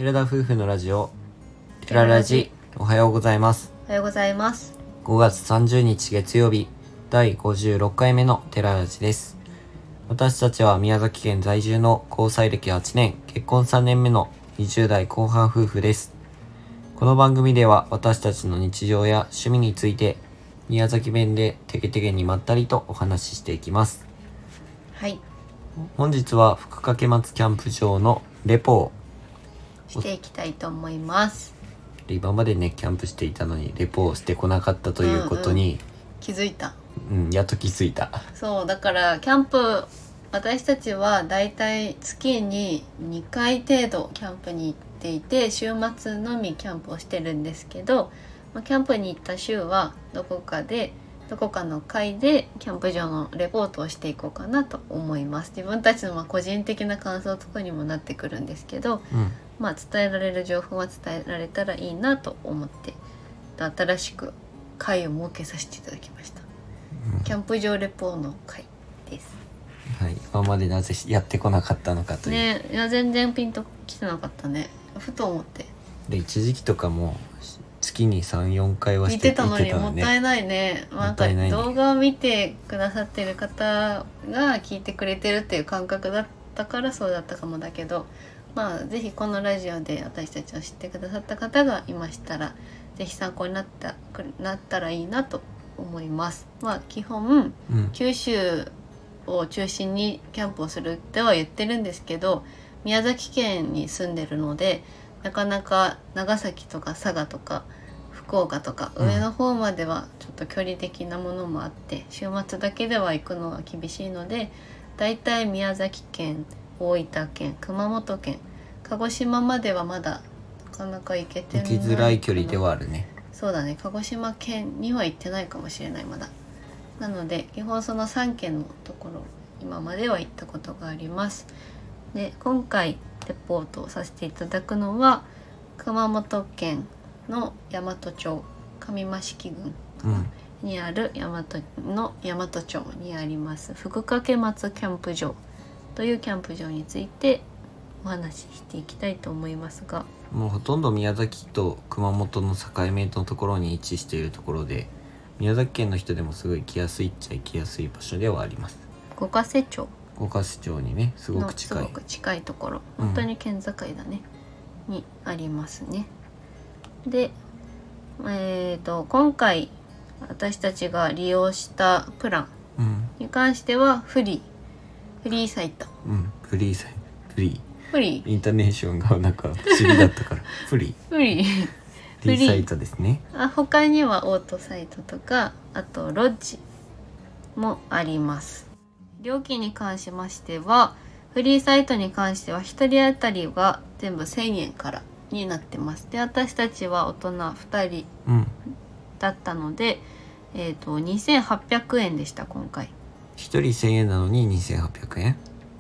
寺田夫婦のラジオテララジ、おはようございます。 おはようございます。 5月30日月曜日、第56回目のテララジです。私たちは宮崎県在住の交際歴8年、結婚3年目の20代後半夫婦です。この番組では私たちの日常や趣味について宮崎弁でテケテケにまったりとお話ししていきます。 はい、 本日は福掛松キャンプ場のレポをしていきたいと思います。 今までねキャンプしていたのにレポをしてこなかったということに、 気づいた。 やっと気づいた。 そうだからキャンプ、私たちはだいたい月に2回程度キャンプに行っていて、週末のみキャンプをしてるんですけど、キャンプに行った週はどこかの会でキャンプ場のレポートをしていこうかなと思います。自分たちの個人的な感想とかにもなってくるんですけど、伝えられる情報は伝えられたらいいなと思って新しく会を設けさせていただきました。キャンプ場レポートの会です。 はい、今までなぜやってこなかったのかというね。いや全然ピンときてなかったね。ふと思ってで一時期とかも月に 3,4 回はして見てたのにもったいないね。なんか動画を見てくださってる方が聞いてくれてるっていう感覚だったからそうだったかもだけど、ぜひこのラジオで私たちを知ってくださった方がいましたらぜひ参考になったらいいなと思います。基本、九州を中心にキャンプをするっては言ってるんですけど、宮崎県に住んでるのでなかなか長崎とか佐賀とか福岡とか上の方まではちょっと距離的なものもあって、週末だけでは行くのは厳しいので、だいたい宮崎県、大分県、熊本県、鹿児島まではまだなかなか行けてない。 行きづらい距離ではあるね。 そうだね、鹿児島県には行ってないかもしれない、まだ。なので基本その3県のところ今までは行ったことがあります。で今回レポートをさせていただくのは熊本県の大和町上益城郡にある大和町にあります福掛松キャンプ場というキャンプ場についてお話ししていきたいと思いますが、 もうほとんど宮崎と熊本の境目のところに位置しているところで、宮崎県の人でもすごい行きやすいっちゃ行きやすい場所ではあります。 五ヶ瀬町にねすごく近いところ、本当に県境だね、にありますね。で、今回私たちが利用したプランに関してはフリーサイト、 フリーインターネーションがなんか不思議だったからフリーサイトですね。 他にはオートサイトとかあとロッジもあります。料金に関しましてはフリーサイトに関しては1人当たりが全部1000円からになってます。で私たちは大人2人だったので、2800円でした。今回 1人1000円なのに2800円。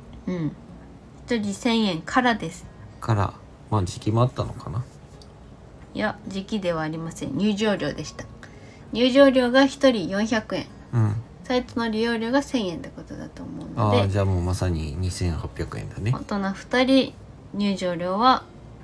1人1000円からです。 から時期もあったのかな。 いや時期ではありません。入場料でした。入場料が1人400円、サイトの利用料が1000円ってことだと思うので、 じゃあもうまさに2800円だね。 大人2人入場料は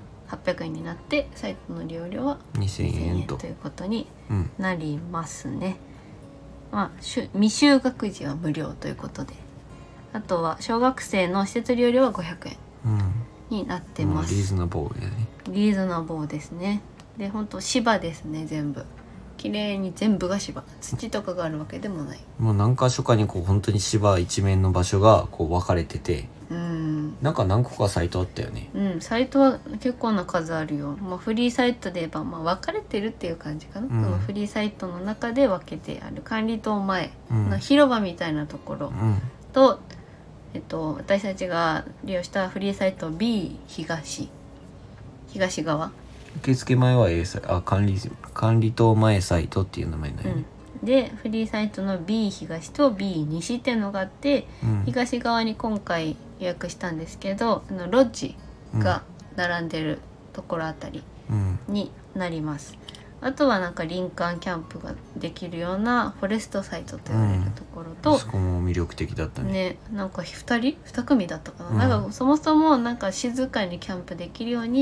800円になってサイトの利用料は2000円ということになりますね。未就学児は無料ということで、あとは小学生の施設利用料は500円になってます。 リーズナブルやね。 リーズナブルですね。で本当芝ですね。全部綺麗に全部が芝、土とかがあるわけでもない。 もう何か所かに本当に芝一面の場所が分かれてて、なんか何個かサイトあったよね。 サイトは結構な数あるよ。フリーサイトで言えば分かれてるっていう感じかな。そのフリーサイトの中で分けてある管理棟前の広場みたいなところと、私たちが利用したフリーサイト B 東側、 受付前は管理棟前サイトっていう名前だよね。 でフリーサイトの B 東と B 西っていうのがあって、東側に今回予約したんですけど、ロッジが並んでるところあたりになります。あとはなんか林間キャンプができるようなフォレストサイトと言われるところと、 そこも魅力的だったね。 なんか2組だったかな、なんかそもそもなんか静かにキャンプできるように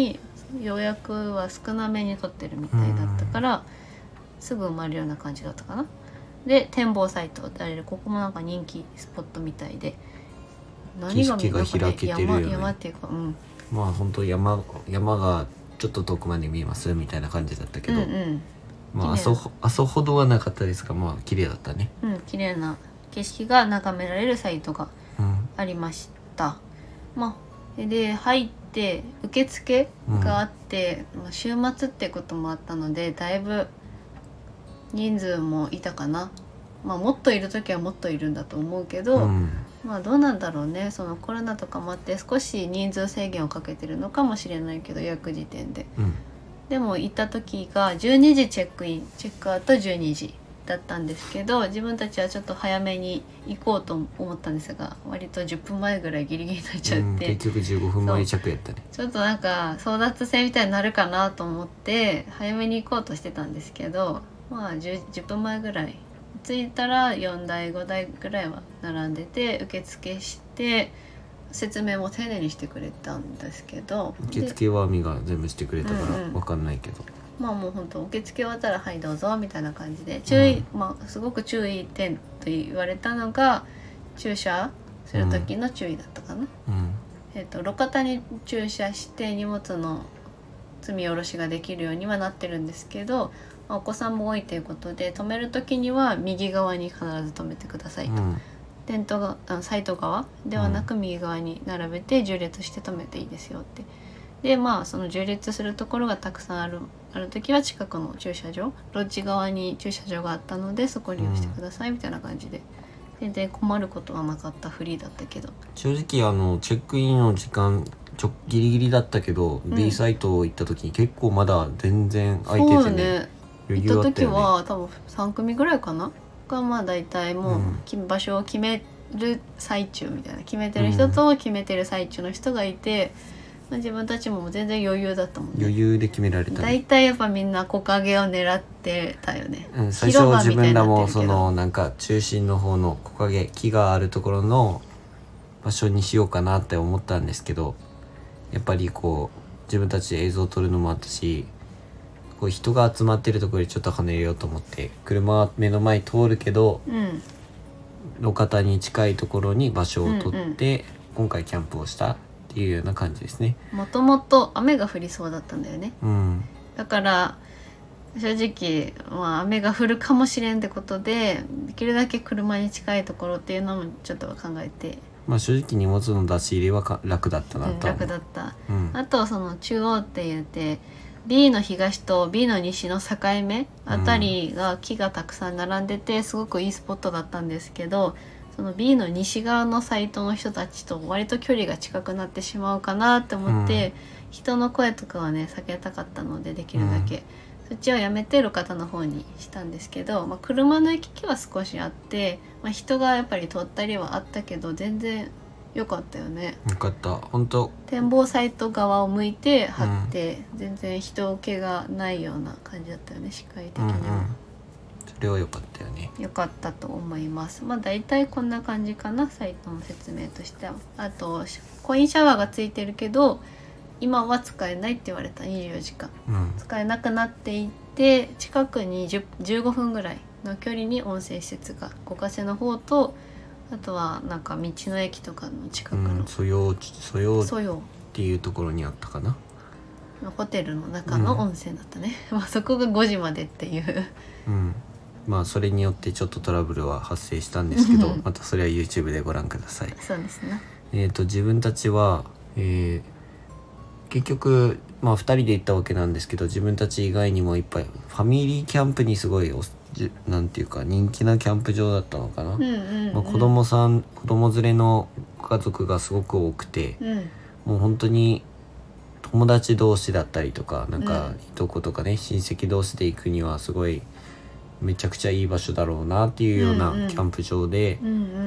予約は少なめに取ってるみたいだったから、すぐ埋まるような感じだったかな。で展望サイトってあれ、ここもなんか人気スポットみたいで、 景色が開けてるよね。 山っていうか、 まあ本当山がちょっと遠くまで見えますみたいな感じだったけど、まあ阿蘇ほどはなかったですが、まあ綺麗だったね。 綺麗な景色が眺められるサイトがありました。まあで入って受付があって、週末ってこともあったのでだいぶ人数もいたかな。もっといる時はもっといるんだと思うけど、どうなんだろうね。そのコロナとかもあって少し人数制限をかけてるのかもしれないけど、予約時点で、でも行った時が12時チェックイン、チェックアウト12時だったんですけど、自分たちはちょっと早めに行こうと思ったんですが、割と10分前ぐらいギリギリになっちゃって、 結局15分前着やったね。 ちょっとなんか争奪戦みたいになるかなと思って早めに行こうとしてたんですけど、10分前ぐらい着いたら4台5台ぐらいは並んでて、受付して説明も丁寧にしてくれたんですけど、 受付はみが全部してくれたから分かんないけど、 もう本当受付終わったらはいどうぞみたいな感じで注意、すごく注意点と言われたのが駐車する時の注意だったかな。路肩に駐車して荷物の積み下ろしができるようにはなってるんですけど、お子さんも多いということで止める時には右側に必ず止めてくださいと、サイト側ではなく右側に並べて縦列して止めていいですよって。でその縦列するところがたくさんある時は近くの駐車場、ロッジ側に駐車場があったのでそこ利用してくださいみたいな感じで、全然困ることはなかった。フリーだったけど、 正直チェックインの時間ギリギリだったけど、B サイト行った時に結構まだ全然空いててね、 余裕あったよね。行った時は多分3組ぐらいかながだいたいもう、場所を決める最中みたいな、決めてる人と決めてる最中の人がいて、自分たちも全然余裕だったもんね。 余裕で決められたね。 だいたいやっぱみんな木陰を狙ってたよね。 最初自分らもそのなんか中心の方の木陰、木があるところの場所にしようかなって思ったんですけど、やっぱり自分たちで映像を撮るのもあったし、人が集まってるところでちょっと離れようと思って車は目の前通るけど、路肩に近いところに場所を取って、今回キャンプをしたっていうような感じですね。 もともと雨が降りそうだったんだよね。だから正直、雨が降るかもしれんってことで、できるだけ車に近いところっていうのもちょっと考えて、 正直荷物の出し入れは楽だったなと、 楽だった、あとその中央って言って B の東と B の西の境目あたりが木がたくさん並んでて、すごくいいスポットだったんですけど、その B の西側のサイトの人たちと割と距離が近くなってしまうかなって思って、人の声とかはね避けたかったので、できるだけ、そっちをやめて路肩の方にしたんですけど、車の行き来は少しあって、人がやっぱり通ったりはあったけど全然良かったよね。 よかった、本当。 展望サイト側を向いて張って、全然人気がないような感じだったよね、視界的には。 それは良かったよね。 良かったと思います。だいたいこんな感じかな、サイトの説明としては。あとコインシャワーがついてるけど今は使えないって言われた。24時間、使えなくなっていて、近くに15分ぐらいの距離に温泉施設が五ヶ瀬の方と、あとはなんか道の駅とかの近くの蘇陽っていうところにあったかな、 ホテルの中の温泉だったね、そこが5時までっていう、 それによってちょっとトラブルは発生したんですけどまたそれは YouTube でご覧ください。 そうですね。 自分たちは、結局2人で行ったわけなんですけど、自分たち以外にもいっぱいファミリーキャンプにすごいなんていうか人気なキャンプ場だったのかな。子供連れのご家族がすごく多くて、もう本当に友達同士だったりとか、なんかいとことかね、親戚同士で行くにはすごいめちゃくちゃいい場所だろうなっていうようなキャンプ場で、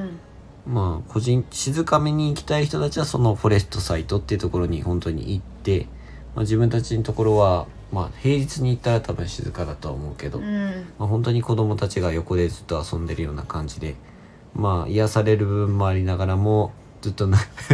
静かめに行きたい人たちはそのフォレストサイトっていうところに本当に行って、自分たちのところは平日に行ったら多分静かだとは思うけど、本当に子供たちが横でずっと遊んでるような感じで、癒される部分もありながらもずっと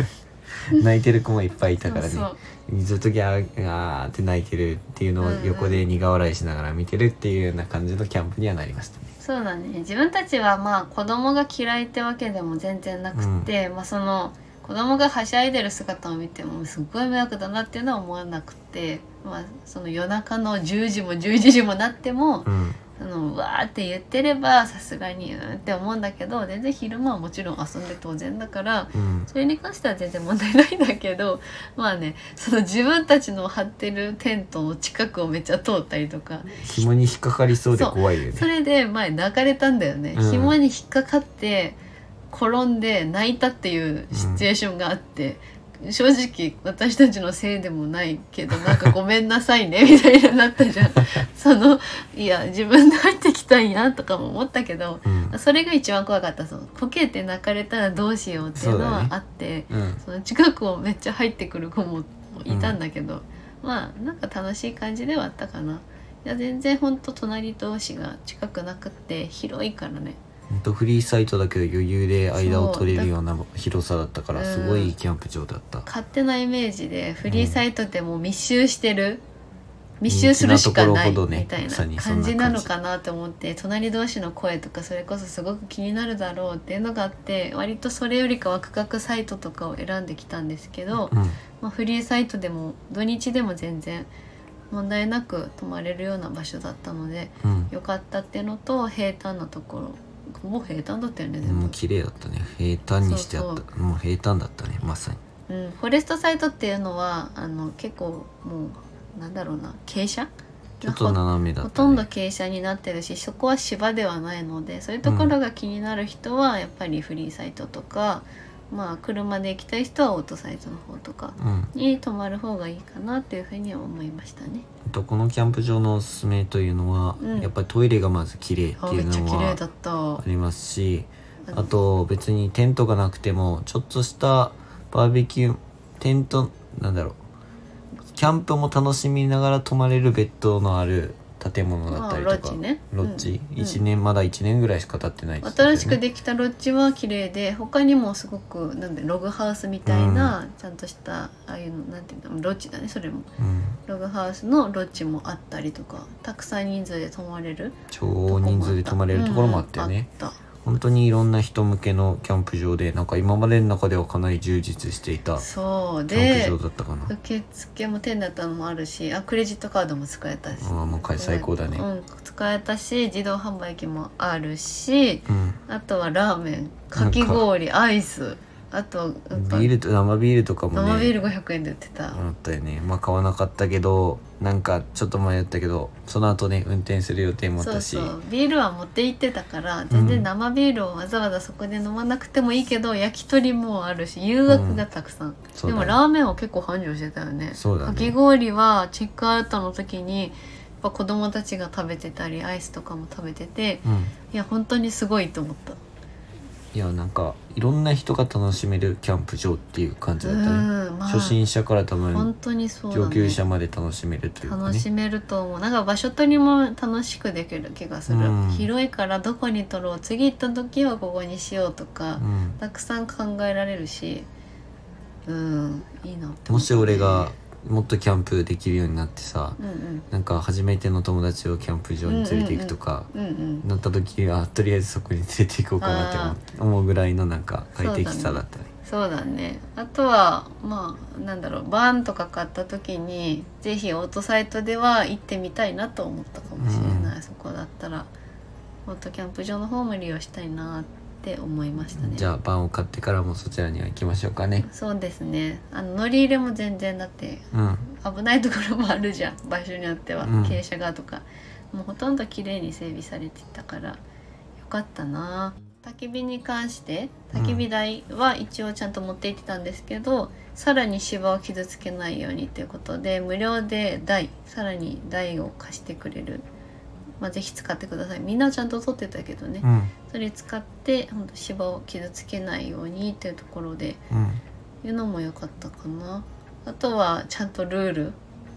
泣いてる子もいっぱいいたからね。 そうずっとギャーって泣いてるっていうのを横で苦笑いしながら見てるっていうような感じのキャンプにはなりましたね。 そうだね。自分たちはまあ子供が嫌いってわけでも全然なくて、まあその子供がはしゃいでる姿を見てもすっごい迷惑だなっていうのは思わなくて、まあその夜中の10時も11時もなっても、うわーって言ってればさすがにって思うんだけど、全然昼間はもちろん遊んで当然だから、それに関しては全然問題ないんだけど、まあね、その自分たちの張ってるテントの近くをめっちゃ通ったりとか、 紐に引っかかりそうで怖いよね。 それで前泣かれたんだよね、紐に引っかかって転んで泣いたっていうシチュエーションがあって、正直私たちのせいでもないけどなんかごめんなさいねみたいになったじゃんいや自分で入ってきたんやとかも思ったけど、それが一番怖かった。こけて泣かれたらどうしようっていうのはあって、その近くをめっちゃ入ってくる子もいたんだけど、まあなんか楽しい感じではあったかな。いや全然ほんと隣同士が近くなくって広いからね。 フリーサイトだけど余裕で間を取れるような広さだったからすごいいいキャンプ場だった。 勝手なイメージでフリーサイトってもう密集してる、密集するしかないみたいな感じなのかなと思って、隣同士の声とかそれこそすごく気になるだろうっていうのがあって、割とそれよりかは区画サイトとかを選んできたんですけど、まあ、フリーサイトでも土日でも全然問題なく泊まれるような場所だったので、よかったっていうのと、平坦なところ、もう平坦だったよね。 もう綺麗だったね。平坦にしてあった。もう平坦だったね、まさに。 フォレストサイトっていうのは結構もうなんだろうな、傾斜ちょっと斜めだった、ね、 ほとんど傾斜になってるし、そこは芝ではないので、そういうところが気になる人はやっぱりフリーサイトとか、まあ車で行きたい人はオートサイトの方とかに泊まる方がいいかなっていうふうには思いましたね。 このキャンプ場のおすすめというのは、やっぱりトイレがまず綺麗っていうのはありますし、あと別にテントがなくてもちょっとしたバーベキューテント、なんだろう、キャンプも楽しみながら泊まれるベッドのある建物だったりとか、 ロッジね、 ロッジ、まだ1年ぐらいしか経ってない、 新しくできたロッジは綺麗で、他にもすごくログハウスみたいな、ちゃんとしたああいうのなんていうの、ロッジだね、それも、ログハウスのロッジもあったりとか、たくさん人数で泊まれる、 超人数で泊まれるところもあったよね。本当にいろんな人向けのキャンプ場で、なんか今までの中ではかなり充実していたキャンプ場だったかな。 受付も店だったのもあるし、クレジットカードも使えたし、 もう最高だね、 使えたし、自動販売機もあるし、あとはラーメン、かき氷、アイス、あとビールと生ビールとかもね、 生ビール500円で売ってた。 あったよね。まあ買わなかったけど、なんかちょっと迷ったけど、その後ね運転する予定もあったし、 そうビールは持って行ってたから、全然生ビールをわざわざそこで飲まなくてもいいけど、焼き鳥もあるし誘惑がたくさん、でもラーメンは結構繁盛してたよね。かき氷はチェックアウトの時にやっぱ子供たちが食べてたり、アイスとかも食べてて、いや本当にすごいと思った。 いやなんかいろんな人が楽しめるキャンプ場っていう感じだったね、初心者から多分本当にそうだね、 上級者まで楽しめるというかね、 楽しめると思う。なんか場所取りも楽しくできる気がする、広いからどこに取ろう、次行った時はここにしようとか、たくさん考えられるし、いいなって思った、ね、 もし俺がもっとキャンプできるようになってさ、なんか初めての友達をキャンプ場に連れて行くとかなった時は、とりあえずそこに連れて行こうかなって思うぐらいのなんか快適さだったね。 そうだね。あとはまあなんだろう、バーンとか買った時にぜひオートサイトでは行ってみたいなと思ったかもしれない、そこだったらもっとキャンプ場の方も利用したいなって思いましたね。 じゃあバンを買ってからもそちらには行きましょうかね。 そうですね。乗り入れも全然だって、危ないところもあるじゃん、場所によっては、傾斜がとかもうほとんど綺麗に整備されてたからよかったな。焚き火に関して焚き火台は一応ちゃんと持って行ってたんですけど、さらに芝を傷つけないようにということで無料でさらに台を貸してくれる、ぜひ使ってください。みんなちゃんと撮ってたけどね、それ使って本当芝を傷つけないようにっていうところで、いうのも良かったかな。あとはちゃんとルール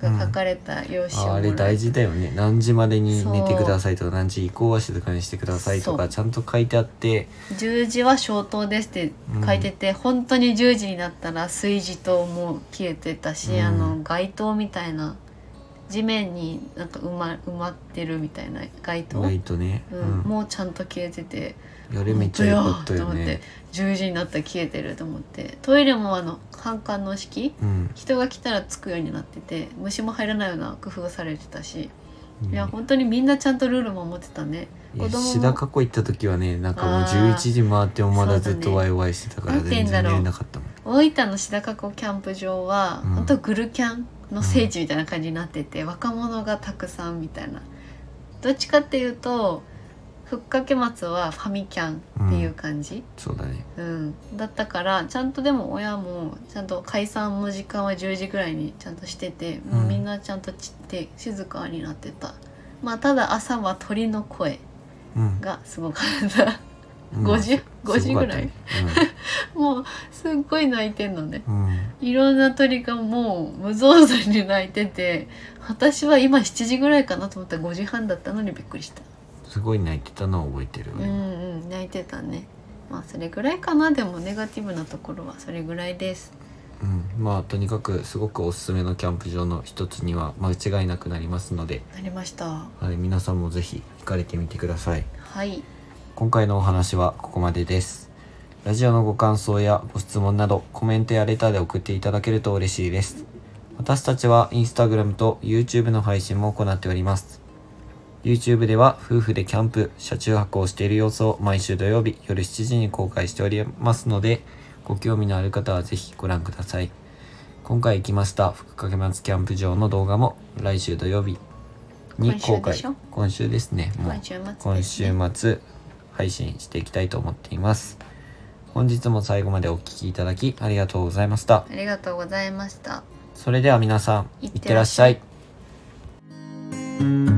が書かれた用紙をもらえて、 あれ大事だよね。何時までに寝てくださいとか、 そ何時以降は静かにしてくださいとかちゃんと書いてあって、 10時は消灯ですって書いてて、本当に10時になったら炊事灯も消えてたし、街灯みたいな地面になんか埋まってるみたいな街灯、 ね、 もうちゃんと消えてて、 あれめっちゃ良かったよと思ってね。 10時になったら消えてると思って、トイレもカンカンの式、人が来たらつくようになってて、虫も入らないような工夫されてたし、いや本当にみんなちゃんとルール守ってたね。 子供も志田過去行った時はね、なんかもう11時回ってもまだずっとワイワイしてたから全然寝れなかったもん。 大分の志田過去キャンプ場は、本当グルキャンの聖地みたいな感じになってて、若者がたくさんみたいな。どっちかっていうとふっかけ松はファミキャンっていう感じ、 そうだね、 だったから、ちゃんとでも親もちゃんと解散の時間は10時ぐらいにちゃんとしてて、もうみんなちゃんと散って静かになってた。まあただ朝は鳥の声がすごかった、5時ぐらい、もうすっごい鳴いてんのね、いろんな鳥がもう無造作に鳴いてて、私は今7時ぐらいかなと思ったら5時半だったのにびっくりした。 すごい泣いてたのを覚えてる、 泣いてたね。まあそれぐらいかな。でもネガティブなところはそれぐらいです。 まあとにかくすごくおすすめのキャンプ場の一つには間違いなくなりますので、 なりました。 はい、皆さんもぜひ行かれてみてください。 はい。 今回のお話はここまでです。ラジオのご感想やご質問などコメントやレターで送っていただけると嬉しいです。私たちはインスタグラムと YouTube の配信も行っております。YouTube では夫婦でキャンプ、車中泊をしている様子を毎週土曜日夜7時に公開しておりますので、ご興味のある方はぜひご覧ください。今回行きましたふっかけ松キャンプ場の動画も来週土曜日に公開。今週ですね。もう今週末配信していきたいと思っています。本日も最後までお聞きいただきありがとうございました。 ありがとうございました。 それでは皆さんいってらっしゃい。